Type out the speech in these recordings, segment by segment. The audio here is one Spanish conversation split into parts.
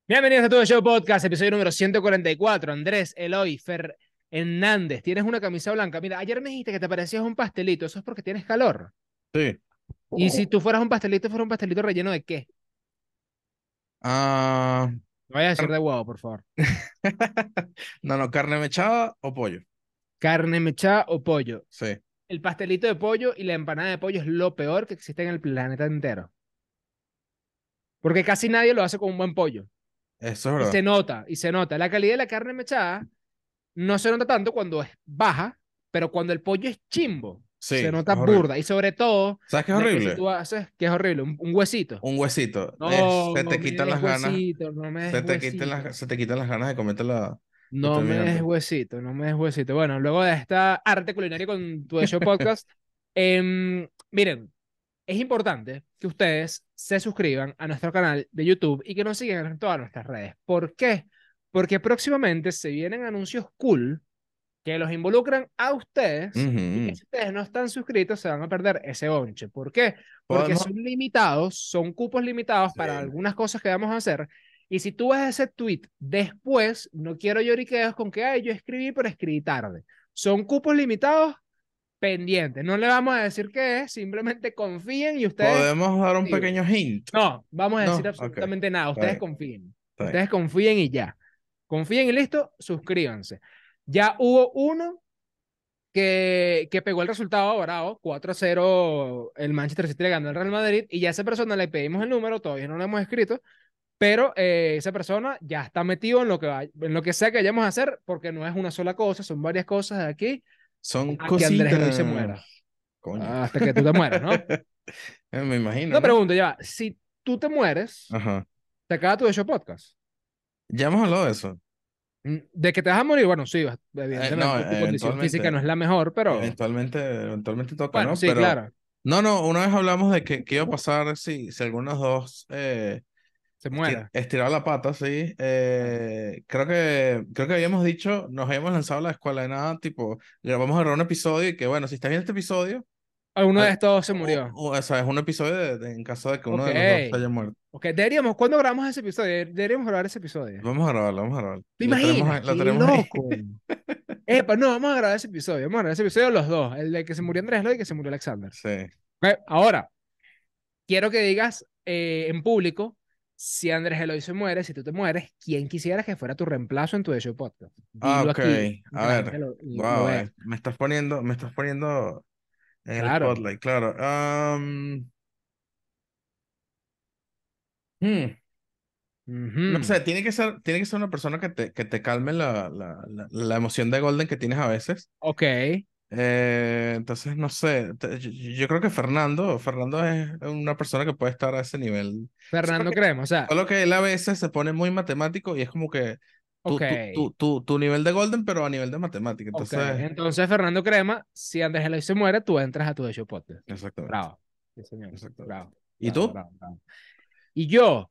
Bienvenidos a todo Show Podcast, episodio número 144. Andrés, Eloy, Fer Hernández, tienes una camisa blanca. Mira, ayer me dijiste que te parecías un pastelito, eso es porque tienes calor. Sí. Y si tú fuera un pastelito relleno de qué? Ah, No vayas a decir car- de huevo, por favor. no, no, carne mechada o pollo. Carne mechada o pollo. Sí, El pastelito de pollo y la empanada de pollo es lo peor que existe en el planeta entero. Porque casi nadie lo hace con un buen pollo. eso es verdad. Y se nota. La calidad de la carne mechada no se nota tanto cuando es baja, pero cuando el pollo es chimbo, Sí, se es nota horrible. burda. Y sobre todo, ¿Sabes qué es de que si horrible? tú haces, que es horrible, un huesito. Un huesito. No, Se no te me quitan des las ganas, huesito, no me des huesito. se te quitan las ganas de comértela y No me des terminarte. huesito, no me des huesito. Bueno, luego de esta arte culinaria con tu show podcast, miren, es importante que ustedes se suscriban a nuestro canal de YouTube y que nos sigan en todas nuestras redes. ¿Por qué? Porque próximamente se vienen anuncios cool que los involucran a ustedes y que Ujú. si ustedes no están suscritos se van a perder ese bonche. ¿Por qué? Porque Podemos. son limitados, son cupos limitados Sí. para algunas cosas que vamos a hacer. Y si tú ves ese tweet después, no quiero lloriqueos con que ay, yo escribí, pero escribí tarde. Son cupos limitados pendientes. No le vamos a decir qué es, simplemente confíen y ustedes. Podemos dar un Digo, pequeño hint. no, vamos a decir No, ok. absolutamente nada. Está Ustedes bien, confíen. está bien. Ustedes confíen y ya. Confíen y listo, suscríbanse. Ya hubo uno que pegó el resultado bravo, 4-0 el Manchester City le ganó al Real Madrid y ya a esa persona le pedimos el número, todavía no lo hemos escrito, pero esa persona ya está metido en lo que en lo que sea que vayamos a hacer, porque no es una sola cosa, son varias cosas de aquí Son a que Andrés Eloy se cositas. muera, Coño. hasta que tú te mueras, ¿no? Me imagino, Una ¿no? pregunta ya, si tú te mueres, Ajá. te acaba tu hecho podcast. Ya hemos hablado de eso. De que te vas a morir, bueno, sí, No, evidentemente tu condición física no eventualmente. es la mejor, pero Eventualmente toca, bueno, ¿no? sí, Pero, claro, no, no, una vez hablamos de que qué iba a pasar si algunos dos se muera. estiraba la pata, sí. Creo que habíamos dicho, nos habíamos lanzado a la escuela de nada, tipo, ya vamos a grabar un episodio y que, bueno, si estás viendo este episodio, Alguno de al- estos se murió. o sea, es un episodio en caso de que uno Ok. de los dos haya muerto. Ok, deberíamos, ¿cuándo grabamos ese episodio? Deberíamos grabar ese episodio. Vamos a grabarlo, vamos a grabarlo. ¿Te Lo tenemos imaginas? ahí, lo ¡Qué tenemos ahí. loco! Epa, no, vamos a grabar ese episodio. Vamos a grabar ese episodio los dos. El de que se murió Andrés Lloyd y que se murió Alexander. Sí. Ok, ahora, quiero que digas en público si Andrés Eloy se muere, si tú te mueres, quién quisieras que fuera tu reemplazo en tu show podcast. Ah, Dilo ok. aquí, para que A la ver. gente lo Wow, vea. me estás poniendo en el Claro. spotlight, claro. Hmm, No Ujú. sé, tiene que ser una persona que te calme la emoción de Golden que tienes a veces. Ok. Entonces, no sé, yo creo que Fernando es una persona que puede estar a ese nivel. Fernando Crema, o sea, Solo que él a veces se pone muy matemático y es como que ok. tu nivel de Golden, pero a nivel de matemática. Ok, Entonces, entonces Fernando Crema, si Andrés Eloy se muere, tú entras a tu show podcast. exactamente, Bravo. Sí, señor. exactamente. Bravo, ¿Y bravo, tú? bravo, bravo. Y yo,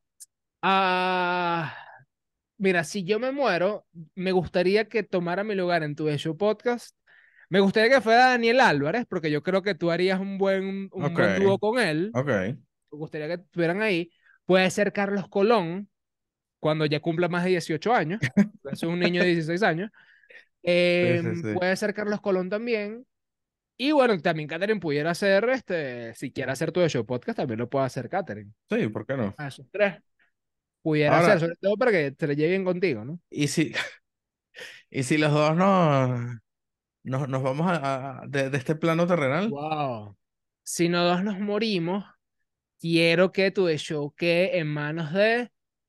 ah, mira, si yo me muero, me gustaría que tomara mi lugar en tu show podcast. Me gustaría que fuera Daniel Álvarez, porque yo creo que tú harías un Ok, buen dúo con él. ok. Me gustaría que estuvieran ahí. Puede ser Carlos Colón, cuando ya cumpla más de 18 años. Es un niño de 16 años. Sí, sí, sí. Puede ser Carlos Colón también. Y bueno, también Catherine pudiera hacer, si quiere hacer tu show podcast, también lo puede hacer Catherine. Sí, ¿por qué no? A esos tres. Pudiera hacer, Ahora, sobre todo para que se le lleve bien contigo, ¿no? ¿y si, y si los dos nos vamos de este plano terrenal? Wow. Si no dos nos morimos, quiero que tu show quede en manos de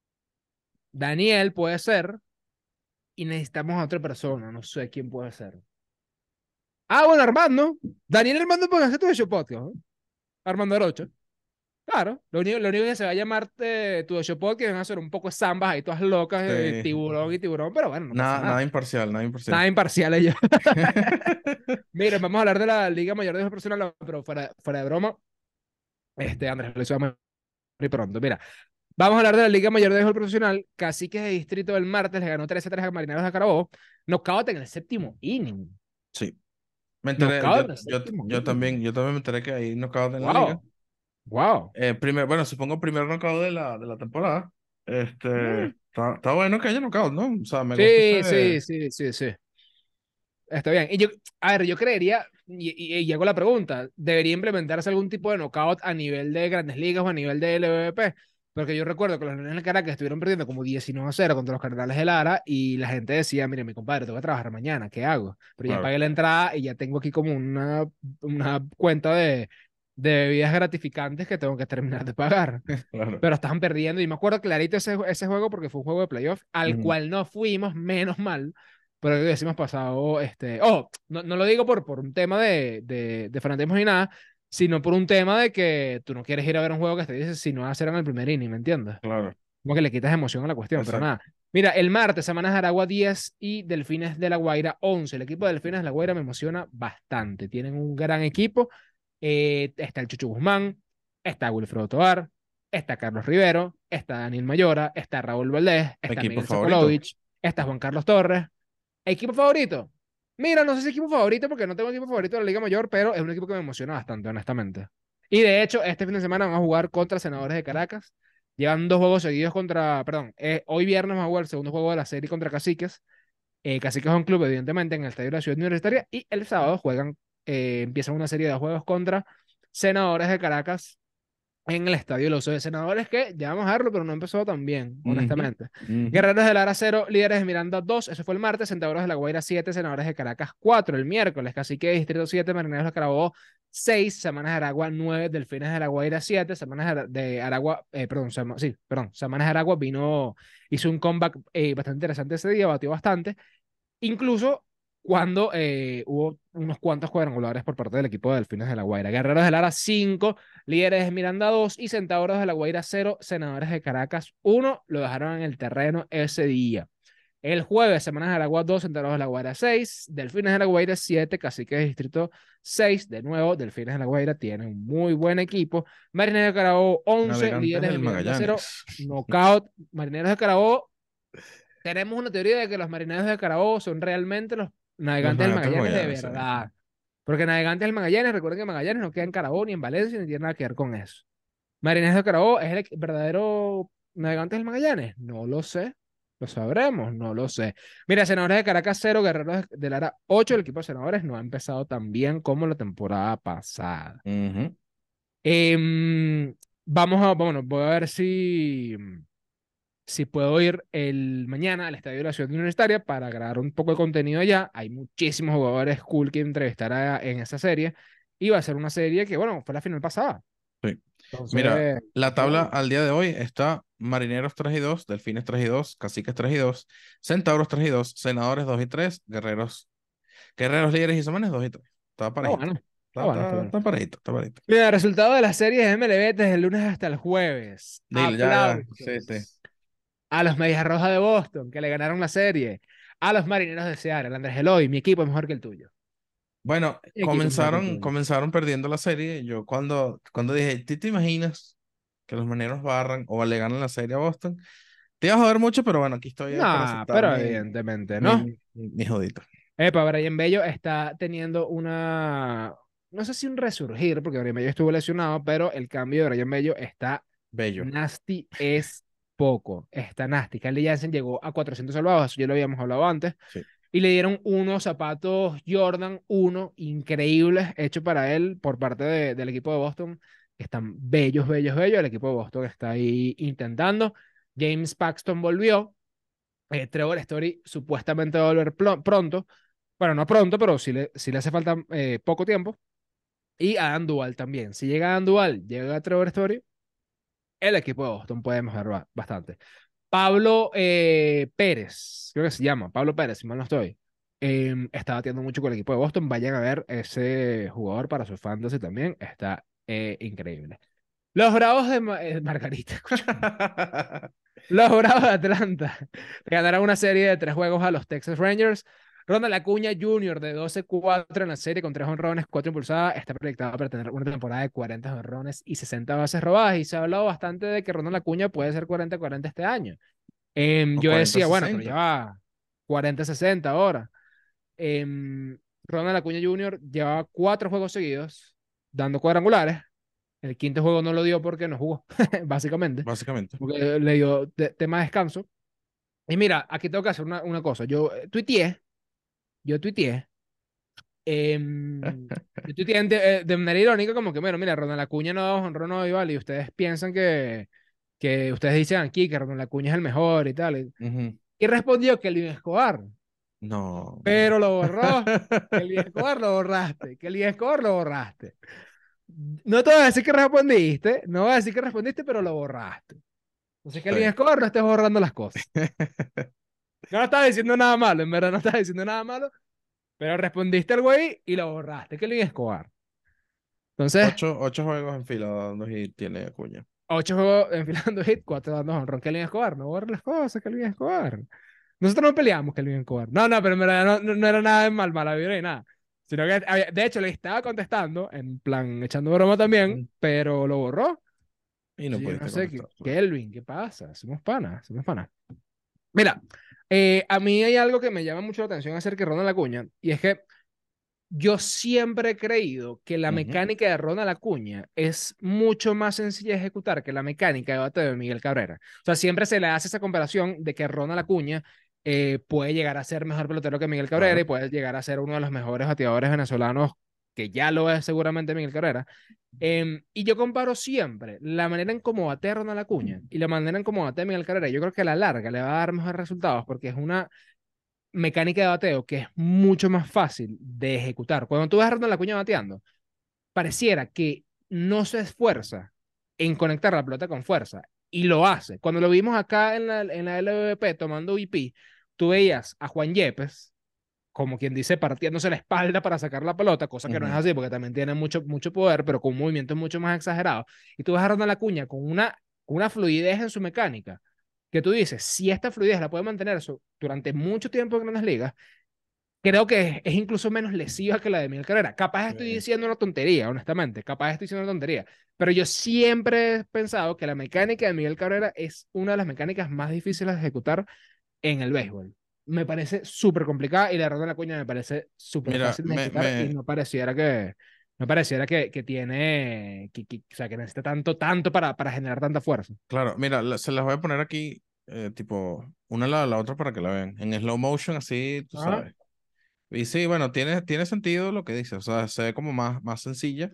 Daniel, puede ser, y necesitamos a otra persona, no sé quién puede ser. Ah, bueno, Armando. Daniel y Armando pueden hacer tu show podcast, ¿no? Armando Arocho. Claro, lo único que se va a llamar tu show podcast van a ser un poco de zambas ahí, todas locas, Sí. tiburón y tiburón, pero bueno, no pasa Nada, nada. nada imparcial, nada imparcial. Nada imparcial ellos. Miren, vamos a hablar de la Liga Mayor de Béisbol Profesional, pero fuera de broma, Andrés, lo hizo muy pronto. Mira, vamos a hablar de la Liga Mayor de Béisbol Profesional. Caciques de Distrito del martes le ganó 13-3 a Marineros de Carabobo. Knockout en el séptimo inning. Sí, me enteré, Knockout en el séptimo inning. yo también me enteré que hay knockout en la liga. Wow, wow. Bueno, supongo primer knockout de la temporada. Este, Mm. Está bueno que haya knockout, ¿no? O sea, me gusta Sí, ese. sí, sí, sí, sí. Está bien. Y yo, a ver, yo creería, y hago la pregunta, ¿debería implementarse algún tipo de knockout a nivel de Grandes Ligas o a nivel de LVP? Porque yo recuerdo que los Leones del Caracas estuvieron perdiendo como 19-0 contra los Cardenales de Lara y la gente decía, mire, mi compadre, tengo que trabajar mañana, ¿qué hago? Pero ya Claro, pagué la entrada y ya tengo aquí como una cuenta de bebidas gratificantes que tengo que terminar de pagar. claro. Pero estaban perdiendo y me acuerdo clarito ese juego porque fue un juego de playoff al Ujú, cual no fuimos, menos mal, pero que decimos pasado, oh, no lo digo por un tema de fanatismo ni nada, sino por un tema de que tú no quieres ir a ver un juego que te dice si no va a ser en el primer inning, ¿me entiendes? claro, Como que le quitas emoción a la cuestión, pero exacto. nada. Mira, el martes, Semanas de Aragua 10 y Delfines de la Guaira 11. El equipo de Delfines de la Guaira me emociona bastante. Tienen un gran equipo. Está el Chucho Guzmán, está Wilfredo Tovar, está Carlos Rivero, está Daniel Mayora, está Raúl Valdés, está Equipo Miguel favorito. Sokolovic, está Juan Carlos Torres. ¿Equipo favorito? Mira, no sé si equipo favorito porque no tengo equipo favorito de la Liga Mayor, pero es un equipo que me emociona bastante, honestamente. Y de hecho, este fin de semana van a jugar contra Senadores de Caracas. Llevan dos juegos seguidos contra, perdón, hoy viernes van a jugar el segundo juego de la serie contra Caciques. Caciques es un club, evidentemente, en el estadio de la Ciudad Universitaria. Y el sábado empiezan una serie de juegos contra Senadores de Caracas en el estadio Los de Senadores, que ya vamos a verlo, pero no empezó tan bien, Ujú, honestamente. ujú. Guerreros de Lara 0, líderes de Miranda 2, eso fue el martes. Centauros de la Guaira 7, Senadores de Caracas 4 el miércoles. Cacique de Distrito 7, Marineros de Carabobo 6, Semanas de Aragua 9, Delfines de la Guaira 7, Semanas de Aragua, perdón, sí, perdón, Semanas de Aragua hizo un comeback bastante interesante ese día, batió bastante. Incluso cuando hubo unos cuantos cuadrangulares por parte del equipo de Delfines de la Guaira. Guerreros de Lara 5, Líderes de Miranda 2 y Centauros de la Guaira 0, Senadores de Caracas 1. Lo dejaron en el terreno ese día. El jueves, Semanas de Aragua 2, Centauros de la Guaira 6, Delfines de la Guaira 7, Caciques de Distrito 6. De nuevo, Delfines de la Guaira tienen un muy buen equipo. Marineros de Carabobo 11, Navegantes Líderes de del Miranda 0, Magallanes. Knockout. Marineros de Carabobo, tenemos una teoría de que los marineros de Carabobo son realmente los Los navegantes del Navegantes del Magallanes de Magallanes, sí. verdad. Porque navegantes del Magallanes, recuerden que Magallanes no queda en Carabobo ni en Valencia, ni tiene nada que ver con eso. Marineros de Carabobo es el verdadero navegante del Magallanes. No lo sé. Lo sabremos, no lo sé. Mira, Senadores de Caracas 0, Guerreros de Lara 8. El equipo de Senadores no ha empezado tan bien como la temporada pasada. Ujú. Bueno, voy a ver si puedo ir el mañana al Estadio de la Ciudad Universitaria para grabar un poco de contenido allá. Hay muchísimos jugadores cool que entrevistar en esa serie. Y va a ser una serie que, bueno, fue la final pasada. Sí. Mira, Entonces, la está tabla bueno. al día de hoy está Marineros 3 y 2, Delfines 3 y 2, Caciques 3 y 2, Centauros 3 y 2, Senadores 2 y 3, Guerreros Líderes y Somanes 2 y 3. Está Está parejito. bueno. Está bueno, está bueno. Está parejito, está parejito. Mira, el resultado de las series de MLB desde el lunes hasta el jueves. Dile, ya. Sí, sí. Aplausos a los Medias Rojas de Boston, que le ganaron la serie. A los Marineros de Seattle. Andrés Eloy, mi equipo es mejor que el tuyo. Bueno, Mi equipo es mejor que el tuyo. comenzaron perdiendo la serie. Yo cuando dije, ¿tú te imaginas que los Marineros barran o le ganan la serie a Boston? Te ibas a joder mucho, pero bueno, aquí estoy para No, aceptar pero evidentemente, mi, ¿no? mi, mi jodito. Brian Bello está teniendo no sé si un resurgir, porque Brian Bello estuvo lesionado, pero el cambio de Brian Bello está Bello. nasty, es poco, está nasty. Kylie Jansen llegó a 400 salvados, eso ya lo habíamos hablado antes, Sí. y le dieron unos zapatos Jordan 1 increíbles, hechos para él por parte del equipo de Boston. Están bellos, bellos, bellos. El equipo de Boston está ahí intentando. James Paxton volvió. Trevor Story supuestamente va a volver pronto. Bueno, no pronto, pero sí le hace falta poco tiempo. Y Adam Duval también. Si llega Adam Duval, llega Trevor Story, el equipo de Boston puede mejorar bastante. Pablo Pérez, creo que se llama, Pablo Pérez, si mal no estoy. Está batiendo mucho con el equipo de Boston. Vayan a ver ese jugador para su fantasy también. Está increíble. Los Bravos de Margarita, escúchame. Los Bravos de Atlanta le ganaron una serie de 3 juegos a los Texas Rangers. Ronald Acuña Jr. de 12-4 en la serie con 3 jonrones, 4 impulsadas. Está proyectado para tener una temporada de 40 jonrones y 60 bases robadas. Y se ha hablado bastante de que Ronald Acuña puede ser 40-40 este año. O Yo cuarenta decía, bueno, pero sesenta ya va 40-60 ahora. Ronald Acuña Jr. llevaba 4 juegos seguidos dando cuadrangulares. El quinto juego no lo dio porque no jugó, básicamente, básicamente. porque le dio tema de descanso. Y mira, aquí tengo que hacer una cosa. Yo tuiteé, yo tuiteé de manera irónica como que, bueno, mira, Ronald Acuña no honró no vale, y ustedes piensan que ustedes dicen aquí que Ronald Acuña es el mejor y tal. Ujú. Y respondió que Luis Escobar, No, pero lo borró. Que Luis Escobar lo borraste, que Luis Escobar lo borraste. No te voy a decir que respondiste, no voy a decir que respondiste, pero lo borraste. Entonces que está Luis bien. Escobar no estés borrando las cosas. No estaba diciendo nada malo, en verdad no estaba diciendo nada malo, pero respondiste al güey y lo borraste, que Luis Escobar. Entonces, Ocho juegos en fila dando y tiene Acuña. 8 juegos enfilando hit, 4 dando honrón. Kelvin Escobar, no borres las cosas, Kelvin Escobar. Nosotros no peleamos, Kelvin Escobar. No, no, pero en verdad no era nada de mala vibra ni nada. Sino que, de hecho, le estaba contestando, en plan, echando broma también, Mm. pero lo borró. Y no Sí, yo no pudiste sé, contestar. Claro. Kelvin, ¿qué pasa? Somos panas, somos panas. Mira, a mí hay algo que me llama mucho la atención acerca de Ronald Acuña, y es que yo siempre he creído que la Ujú. mecánica de Ronald Acuña es mucho más sencilla de ejecutar que la mecánica de bateo de Miguel Cabrera. O sea, siempre se le hace esa comparación de que Ronald Acuña puede llegar a ser mejor pelotero que Miguel Cabrera y Claro. puede llegar a ser uno de los mejores bateadores venezolanos, que ya lo es seguramente Miguel Cabrera. Y yo comparo siempre la manera en cómo batea Ronald Acuña y la manera en cómo batea Miguel Cabrera. Yo creo que a la larga le va a dar mejores resultados porque es una mecánica de bateo que es mucho más fácil de ejecutar. Cuando tú ves a Ronald Acuña bateando, pareciera que no se esfuerza en conectar la pelota con fuerza y lo hace. Cuando lo vimos acá en la LVP tomando VP, tú veías a Juan Yepes, como quien dice, partiéndose la espalda para sacar la pelota, cosa que no es Ujú. así porque también tiene mucho poder, pero con un movimiento mucho más exagerado. Y tú ves a Ronald Acuña con una fluidez en su mecánica que tú dices, si esta fluidez la puede mantener durante mucho tiempo en grandes ligas, creo que es incluso menos lesiva que la de Miguel Cabrera. Capaz estoy Sí. diciendo una tontería, honestamente, capaz estoy diciendo una tontería, pero yo siempre he pensado que la mecánica de Miguel Cabrera es una de las mecánicas más difíciles de ejecutar en el béisbol. Me parece súper complicada y la ronda de la cuña me parece súper Mira, fácil de ejecutar y no pareciera que tiene, o sea, que necesita tanto para generar tanta fuerza. claro, mira, se las voy a poner aquí, tipo, una al lado de la otra para que la vean. En slow motion, así, tú Ajá. sabes. Y sí, bueno, tiene sentido lo que dice, o sea, se ve como más sencilla,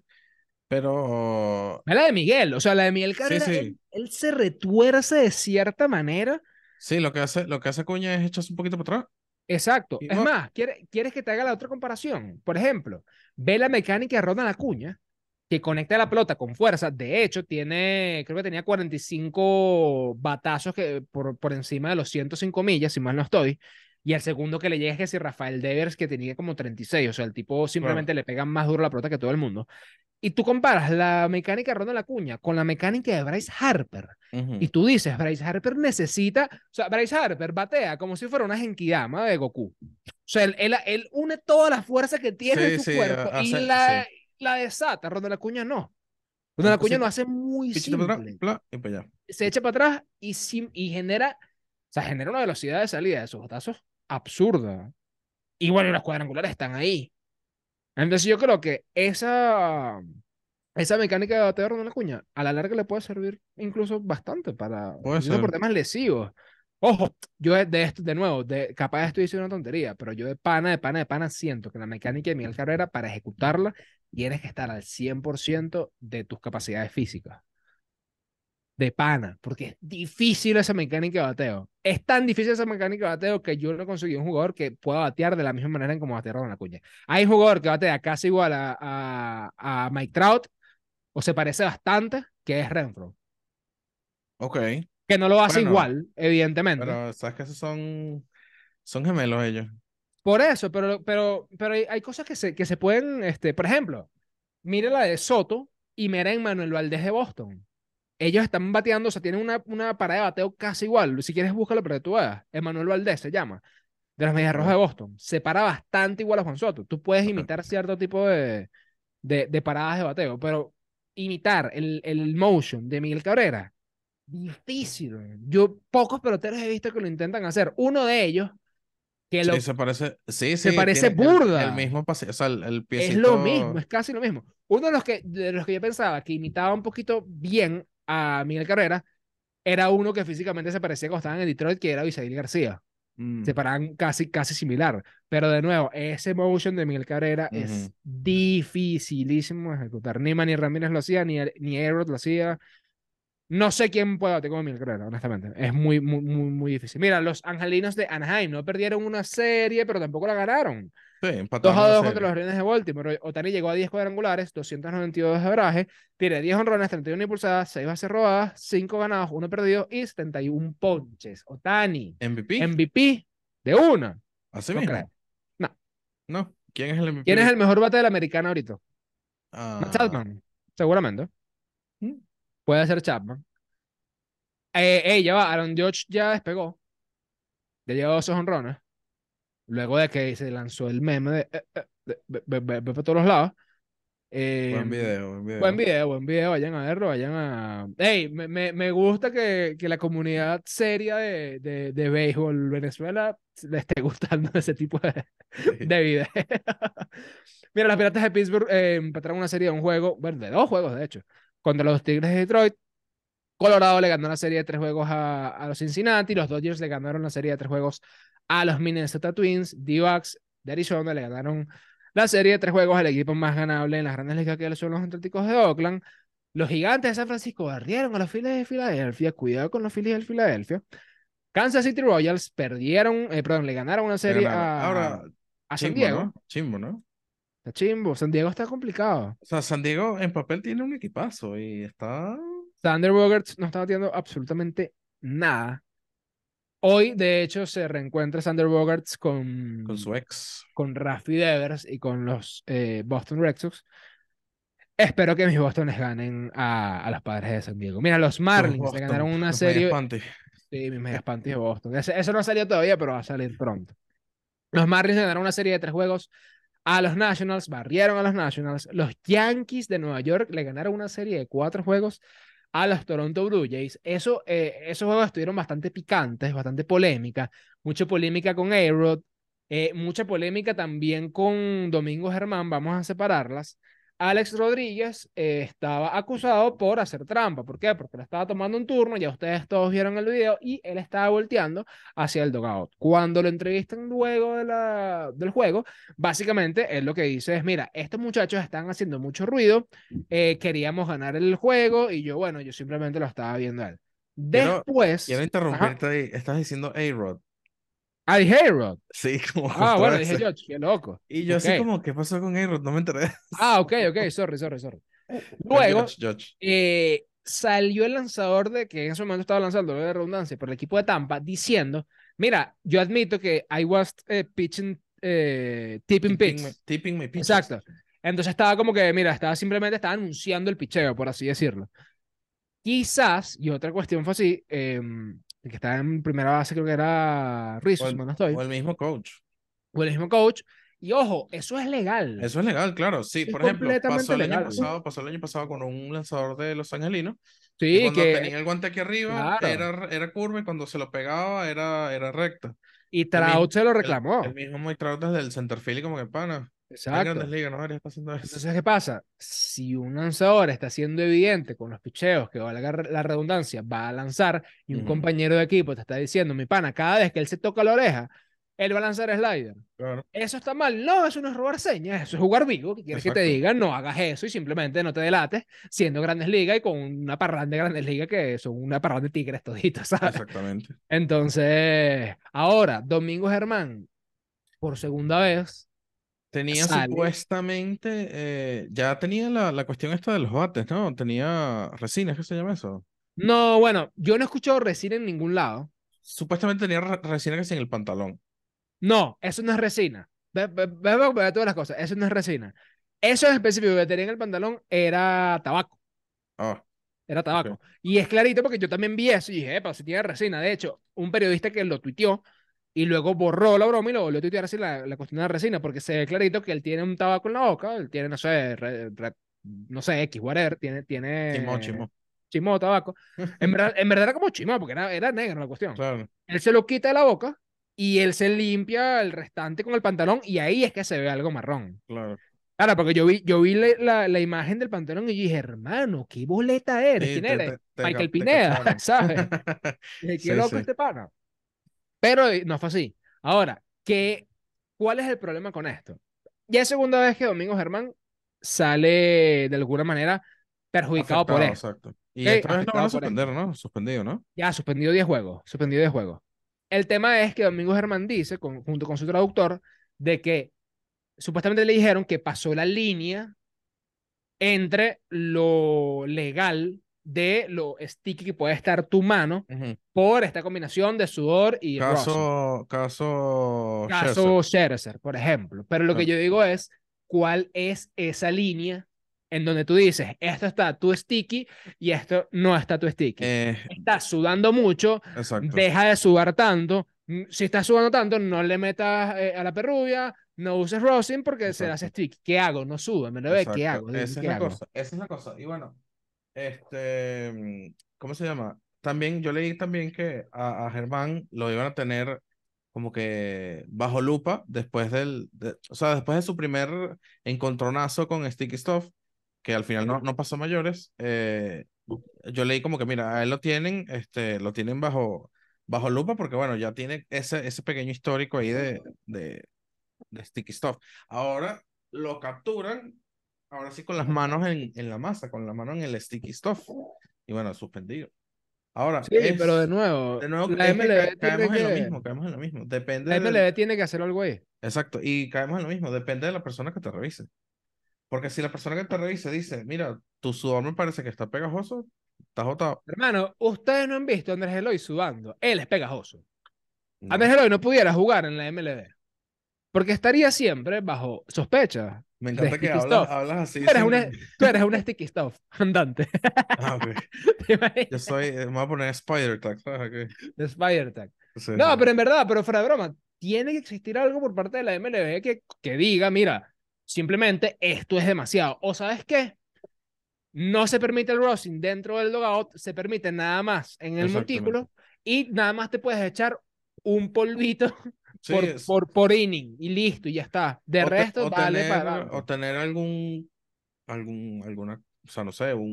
pero Es la de Miguel, o sea, la de Miguel sí, Cabrera, sí, él se retuerce de cierta manera. sí, lo que hace Cuña es echarse un poquito para atrás Exacto. y Es va. más, ¿quieres que te haga la otra comparación? Por ejemplo, ve la mecánica de Ronald Acuña, que conecta la pelota con fuerza. De hecho, creo que tenía 45 batazos por encima de los 105 millas, si mal no estoy. Y el segundo que le llega es que si Rafael Devers, que tenía como 36. O sea, el tipo Claro. simplemente le pega más duro la pelota que todo el mundo. Y tú comparas la mecánica de Ronald Acuña con la mecánica de Bryce Harper. Y Ujú. tú dices, Bryce Harper necesita, o sea, Bryce Harper batea como si fuera una Genkidama de Goku. O sea, él une toda la fuerza que tiene en Sí, su sí, cuerpo y sí. la desata. Ronald Acuña no. Ronald Un Acuña lo pasito, hace muy pichito para atrás, simple. bla, y para allá. Se echa para atrás y genera una velocidad de salida de sus batazos absurda. Y bueno, y los cuadrangulares están ahí. Entonces yo creo que esa mecánica de bateo de Ronald Acuña a la larga le puede servir incluso bastante Puede incluso por ser, temas lesivos. Ojo, yo de esto, de nuevo, capaz estoy diciendo una tontería, pero yo de pana siento que la mecánica de Miguel Cabrera, para ejecutarla, tienes que estar al 100% de tus capacidades físicas. De pana, porque es difícil esa mecánica de bateo. Es tan difícil esa mecánica de bateo que yo no he conseguido un jugador que pueda batear de la misma manera en como batea Ronald Acuña. Hay un jugador que batea casi igual a Mike Trout, o se parece bastante, que es Renfro. ok. Que no lo hace Bueno, igual, evidentemente. pero sabes que esos son gemelos ellos. Por eso, pero hay cosas que se pueden, por ejemplo, mire la de Soto y mira en Manuel Valdés de Boston. Ellos están bateando, o sea, tienen una parada de bateo casi igual. Si quieres, búscalo para que tú veas. Manuel Valdés se llama, de las Medias Rojas Ok, de Boston. Se para bastante igual a Juan Soto. Tú puedes ok. imitar cierto tipo de paradas de bateo, pero imitar el motion de Miguel Cabrera, difícil. Yo pocos peloteros he visto que lo intentan hacer. Uno de ellos, que Sí, lo se parece, sí, se sí, parece tiene el burda. mismo pase, o sea, el Es lo mismo, piecito. es casi lo mismo. Uno de los que yo pensaba que imitaba un poquito bien a Miguel Carrera era uno que físicamente se parecía cuando estaban en Detroit, que era Isaíl García. Se Mm, paraban casi similar. Pero de nuevo, ese motion de Miguel Cabrera ujú. es dificilísimo de ejecutar. Ni Manny Ramírez lo hacía, ni Aerod lo hacía. No sé quién puede batir como Miguel Cabrera, honestamente. Es muy difícil. Mira, los Angelinos de Anaheim no perdieron una serie, pero tampoco la ganaron. Sí, 2 empataron a la 2 contra serie. los Reales de Baltimore. Otani llegó a 10 cuadrangulares, 292 de average, tiene 10 honrones, 31 impulsadas, 6 bases robadas, 5 ganados, 1 perdido y 71 ponches. Otani, MVP, MVP de una. así No creo. mismo. No. No, ¿quién es el MVP ¿Quién es el ahorita? mejor bate de la americana ahorita? Matt Ah, Chapman. Seguramente. mm, Puede ser Chapman. Ya va. Aaron Judge ya despegó. Ya lleva 12 honrones. Luego de que se lanzó el meme de, ve por todos los lados. Eh, buen video, buen Buen video. video, buen video, vayan a verlo, vayan a... Hey, me gusta que la comunidad seria de béisbol Venezuela le esté gustando ese tipo Sí. de videos. Mira, los Piratas de Pittsburgh empataron una serie de un juego, bueno, de 2 juegos de hecho, contra los Tigres de Detroit. Colorado le ganó la serie de 3 juegos a los Cincinnati, los Dodgers le ganaron la serie de 3 juegos a los Minnesota Twins, D-Backs de Arizona le ganaron la serie de 3 juegos al equipo más ganable en las grandes ligas que son los Atléticos de Oakland. Los Gigantes de San Francisco barrieron a los Phillies de Filadelfia. Cuidado con los Phillies de Filadelfia. Kansas City Royals perdieron, le ganaron una Le serie ganaron. Ahora, a San chimbo, Diego. ¿no? Chimbo, ¿no? Está chimbo. San Diego está complicado. O sea, San Diego en papel tiene un equipazo y está Sander Bogarts no está batiendo absolutamente nada. Hoy, de hecho, se reencuentra Sander Bogarts con su ex. con Rafi Devers y con los Boston Red Sox. Espero que mis Bostones ganen a los Padres de San Diego. Mira, los Los Marlins le ganaron Boston, una los Medias serie. Panty. Sí, mis medias panties de Boston. Eso no ha salido todavía, pero va a salir pronto. Los Marlins le ganaron una serie de 3 juegos a los Nationals, barrieron a los Nationals. Los Yankees de Nueva York le ganaron una serie de 4 juegos a los Toronto Blue Jays. Esos juegos estuvieron bastante picantes, bastante polémica. Mucha polémica con A-Rod, mucha polémica también con Domingo Germán. Vamos a separarlas. Alex Rodríguez estaba acusado por hacer trampa. ¿Por qué? Porque él estaba tomando un turno, ya ustedes todos vieron el video, y él estaba volteando hacia el dugout. Cuando lo entrevistan luego del juego, básicamente él lo que dice es, mira, estos muchachos están haciendo mucho ruido, queríamos ganar el juego y yo, bueno, yo simplemente lo estaba viendo a él. Quiero, quiero Después, ajá, interrumpirte ahí. Estás diciendo A-Rod. dije, hey, Rod. Sí, como Ah, justo bueno, dije ese. George, qué loco. Y yo Ok. así como, ¿qué pasó con A-Rod? No me enteré. Ok, sorry. Fue Luego, Judge. salió el lanzador que en ese momento estaba lanzando, de redundancia, por el equipo de Tampa, diciendo, mira, yo admito que I was pitching, tipping pitch. Tipping my pitches. Exacto. Entonces estaba como que, mira, estaba anunciando el picheo, por así decirlo. Quizás, y otra cuestión fue así, el que estaba en primera base creo que era O Rizzo, si el, mal no o estoy, el mismo coach. o el mismo coach. Y ojo, eso es legal. Eso es legal, claro. Sí, Es por ejemplo, completamente legal. pasó el año pasado con un lanzador de Los Angelinos, que Sí, cuando que, tenía el guante aquí arriba claro. era curva y cuando se lo pegaba era recta. Y El mismo, Trout se lo el reclamó. mismo Mike Trout desde el centerfield y como que pana, está en Grandes Exacto. Ligas, no debería estar haciendo eso. Entonces, ¿qué pasa? Si un lanzador está siendo evidente con los picheos, que valga la redundancia, va a lanzar y un Ujú, compañero de equipo te está diciendo, mi pana, cada vez que él se toca la oreja, él va a lanzar slider. claro, ¿Eso está mal? No, eso no es robar señas, eso es jugar vivo. ¿Qué quieres que te exacto, diga? No hagas eso y simplemente no te delates siendo Grandes Ligas y con una parranda de Grandes Ligas que son una parranda de tigres toditos, ¿sabes? exactamente. Entonces, ahora, Domingo Germán, por segunda vez, Tenía sale. supuestamente, ya tenía la cuestión esta de los bates, ¿no? Tenía resina, ¿qué se llama eso? No, bueno, yo no he escuchado resina en ningún lado. Supuestamente tenía resina que sí en el pantalón. No, eso no es resina. Ve todas las cosas. Eso no es resina. Eso en específico que tenía en el pantalón era tabaco. Ah, Era ok. tabaco. Y es clarito porque yo también vi eso y dije, epa, si tiene resina. De hecho, un periodista que lo tuiteó y luego borró la broma y lo volvió a tuitear así la cuestión de la resina, porque se ve clarito que él tiene un tabaco en la boca, él tiene, no sé, no sé, X, whatever, Chimó, tiene chimó. chimo, tabaco. En verdad era como chimo, porque era negro la cuestión. Claro, Él se lo quita de la boca y él se limpia el restante con el pantalón y ahí es que se ve algo marrón. claro. Claro, porque yo vi la imagen del Panteón y yo dije, hermano, ¿qué boleta eres? Sí, ¿Quién eres? Michael te Pineda, cacharon. ¿sabes? Dije, qué Sí, loco sí. este pana. Pero no fue así. Ahora, ¿cuál es el problema con esto? Ya es segunda vez que Domingo Germán sale de alguna manera perjudicado por Afectado, esto. exacto. Y ¿Ok? esta vez lo van a Afectado por suspender, esto. ¿no? Suspendido, ¿no? Ya, suspendido 10 juegos. Suspendido 10 juegos. El tema es que Domingo Germán dice, junto con su traductor, de que supuestamente le dijeron que pasó la línea entre lo legal de lo sticky que puede estar tu mano Ujú. por esta combinación de sudor y rosin. Caso Scherzer. Caso Scherzer, por ejemplo. Pero lo que Claro. yo digo es, ¿cuál es esa línea en donde tú dices, esto está tu sticky y esto no está tu sticky? Eh, Estás sudando mucho, exacto, deja de sudar tanto. Si estás sudando tanto, no le metas a la perrubia, no uses rosin porque se hace exacto, sticky. ¿Qué hago? No sudo, me lo ve, ¿qué exacto. hago? Dime, Esa es ¿qué la hago? cosa, esa es la cosa. Y bueno, ¿cómo se llama? También, yo leí también que a Germán lo iban a tener como que bajo lupa después o sea, después de su primer encontronazo con Sticky Stuff, que al final no pasó a mayores. Yo leí como que, mira, a él lo tienen bajo lupa porque, bueno, ya tiene ese pequeño histórico ahí de Sticky Stuff. Ahora lo capturan, ahora sí con las manos en la masa, con la mano en el Sticky Stuff. Y bueno, suspendido. Ahora, Sí, pero de nuevo, de nuevo, la es que MLB tiene caemos en lo que, mismo, caemos en lo mismo. Depende la MLB tiene que hacer algo ahí. exacto, y caemos en lo mismo, depende de la persona que te revise. Porque si la persona que te revise dice, mira, tu sudor me parece que está pegajoso, estás botado. Hermano, ustedes no han visto a Andrés Eloy sudando. Él es pegajoso. No. Andrés Eloy no pudiera jugar en la MLB porque estaría siempre bajo sospecha Me de encanta que sticky stuff. hablas Tú así eres sin. un, tú eres un sticky stuff andante. Ah, ok. ¿Te imaginas? Yo soy, me voy a poner Spider Tag, ¿sabes? Ok. De Spider Tag. Sí, No, sí. pero en verdad, pero fuera de broma, tiene que existir algo por parte de la MLB que diga, mira, simplemente esto es demasiado. O ¿sabes qué? No se permite el rosin dentro del logout, se permite nada más en el Exactamente. montículo y nada más te puedes echar un polvito Sí, por inning y listo, y ya está. De resto, dale para o adelante. tener alguna, o sea, no sé,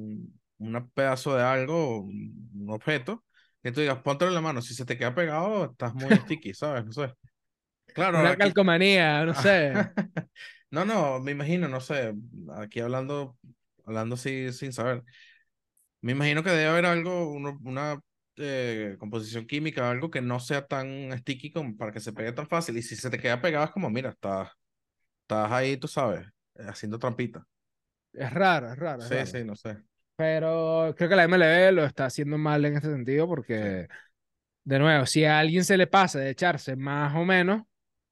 una pedazo de algo, un objeto, que tú digas, póntelo en la mano. Si se te queda pegado, estás muy sticky, ¿sabes? No sé. Claro, Una aquí. calcomanía, no sé. No, no, me imagino, no sé, aquí hablando así sin saber. Me imagino que debe haber algo, una composición química, algo que no sea tan sticky como para que se pegue tan fácil. Y si se te queda pegado, es como, mira, estás ahí, tú sabes, haciendo trampita. Es raro, es raro, es Sí, raro. sí, no sé. Pero creo que la MLB lo está haciendo mal en este sentido Sí. porque, de nuevo, si a alguien se le pasa de echarse más o menos,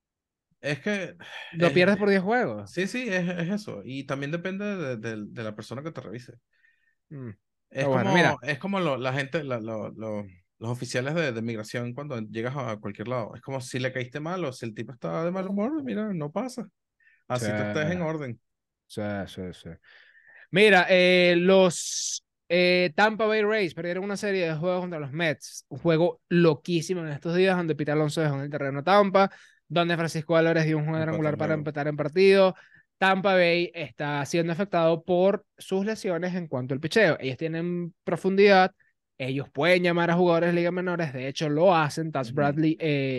Es que, lo pierdes por 10 juegos. sí, sí, es eso. Y también depende de la persona que te revise. Mm. Pero bueno, mira, Es como la gente, los oficiales de migración cuando llegas a cualquier lado. Es como si le caíste mal o si el tipo está de mal humor, mira, no pasa. sí, Así tú estés en orden. sí, sí, sí. Mira, los Tampa Bay Rays perdieron una serie de juegos contra los Mets. Un juego loquísimo en estos días, donde Pete Alonso dejó en el terreno a Tampa, donde Francisco Álvarez dio un Empate cuadrangular en para juego. empatar en partido. Tampa Bay está siendo afectado por sus lesiones en cuanto al picheo. Ellos tienen profundidad, ellos pueden llamar a jugadores de ligas menores, de hecho lo hacen. Taz Ujú. Bradley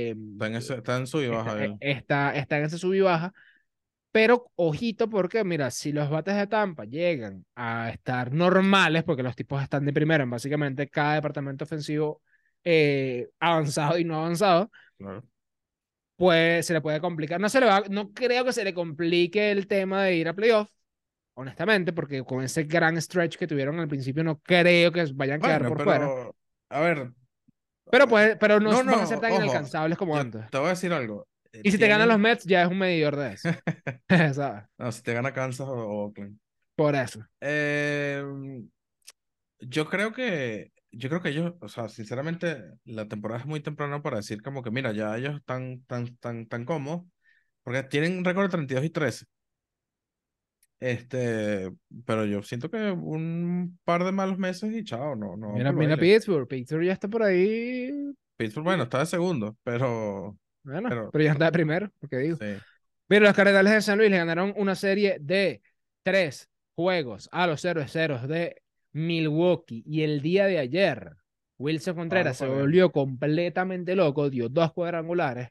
Está en sub y baja él. está en ese sub y baja. Pero ojito porque, mira, si los bates de Tampa llegan a estar normales, porque los tipos están de primero en básicamente cada departamento ofensivo avanzado y no avanzado, Claro. pues se le puede complicar. No creo que se le complique el tema de ir a playoff, honestamente, porque con ese gran stretch que tuvieron al principio no creo que vayan a quedar Bueno, por fuera. pero, a ver, Pero no no, van a ser no, tan ojo, inalcanzables como yo antes. te voy a decir algo. Y si te ganan los Tienen, Mets, ya es un medidor de eso. ¿Sabes? no, si te gana Kansas o Oakland. Por eso. Eh, yo creo que ellos, o sea, sinceramente, la temporada es muy temprana para decir como que, mira, ya ellos están tan cómodos, porque tienen un récord de 32-13. Pero yo siento que un par de malos meses y chao, no van Mira, por el mira baile. Pittsburgh. Pittsburgh ya está por ahí. Pittsburgh, bueno, está de segundo, pero, Bueno, pero, pero ya está de primero, porque digo. sí. Mira, los Cardenales de San Luis le ganaron una serie de 3 juegos a los Cerveceros de Milwaukee. Y el día de ayer, Wilson Pablo Contreras se parejo. volvió completamente loco, dio 2 cuadrangulares,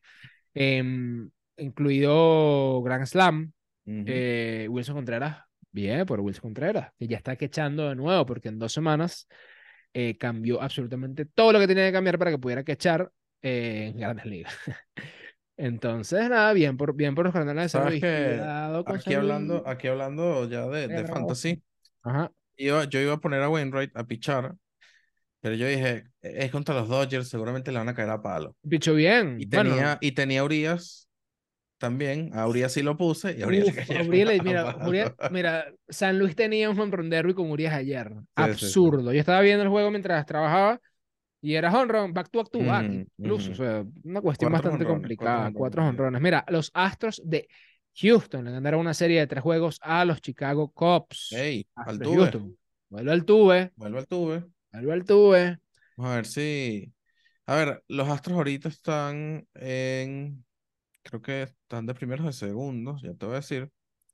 incluido Grand Slam. Ujú. Wilson Contreras, bien por Wilson Contreras, que ya está quechando de nuevo, porque en 2 semanas cambió absolutamente todo lo que tenía que cambiar para que pudiera quechar en Grandes Ligas. Entonces, nada, bien por los Cardenales de San Sabes Luis. que Cuidado con San Luis. aquí hablando ya de Pero, fantasy, ajá. yo iba a poner a Wainwright a pichar, pero yo dije, es contra los Dodgers, seguramente le van a caer a palo. Pichó bien. Bueno, Y tenía a Urias también, a Urias sí lo puse y a Urias le uff, cayeron a palo. Mira, San Luis tenía un home run derby con Urias ayer. Sí, sí, sí. Absurdo. Yo estaba viendo el juego mientras trabajaba y era home run, back to back, Ujú, incluso. O ujú. sea, una cuestión Cuatro bastante jonrones, cuatro complicada. jonrones 4 home ayer. runs. Mira, los Astros de Houston le ganaron una serie de 3 juegos a los Chicago Cubs. Ey, Astros de Altuve, Houston. Vuelve al tuve. vuelve Altuve. Vuelve al tuve. Vamos a ver si. A ver, los Astros ahorita están en. Creo que están de primeros de segundos, ya te voy a decir.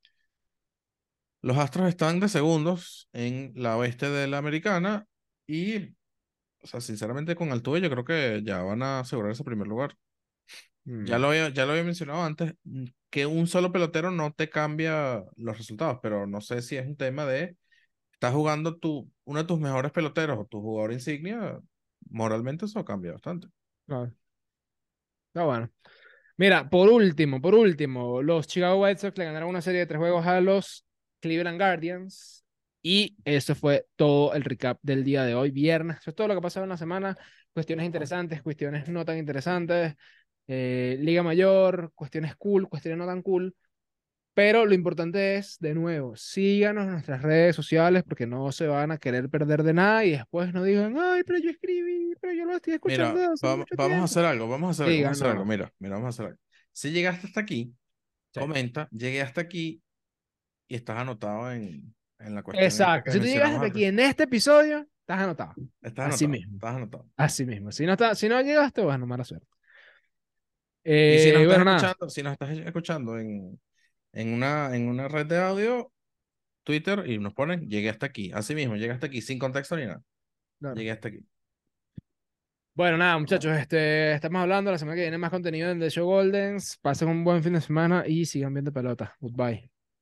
Los Astros están de segundos en la oeste de la Americana y, o sea, sinceramente con Altuve yo creo que ya van a asegurar ese primer lugar. Mm, Ya lo había mencionado antes, que un solo pelotero no te cambia los resultados, pero no sé si es un tema de, estás jugando uno de tus mejores peloteros o tu jugador insignia, moralmente eso cambia bastante. claro. Está bueno. Mira, por último, los Chicago White Sox le ganaron una serie de 3 juegos a los Cleveland Guardians. Y eso fue todo el recap del día de hoy, viernes. Eso es todo lo que ha pasado en la semana. Cuestiones interesantes, cuestiones no tan interesantes. Liga Mayor, cuestiones cool, cuestiones no tan cool. Pero lo importante es, de nuevo, síganos en nuestras redes sociales porque no se van a querer perder de nada y después no digan, ay, pero yo escribí, pero yo lo estoy escuchando Mira, desde hace mucho vamos a tiempo. hacer algo, vamos a hacer algo, vamos a hacer algo. Síganos. Mira, vamos a hacer algo. Si llegaste hasta aquí, Sí. comenta, llegué hasta aquí y estás anotado en la cuestión esta Exacto. que Si tú llegas mencionamos hasta al aquí en principio. este episodio, estás anotado. Así mismo. Estás anotado. Así mismo. Si no llegaste, bueno, mala suerte. Y si nos estás Bueno, nada. escuchando, si nos estás escuchando en una red de audio, Twitter, y nos ponen, llegué hasta aquí. Así mismo, llegué hasta aquí, sin contexto ni nada. Claro. Llegué hasta aquí. Bueno, nada, muchachos, estamos hablando la semana que viene más contenido en The Show Goldens. Pasen un buen fin de semana y sigan viendo pelota. Goodbye.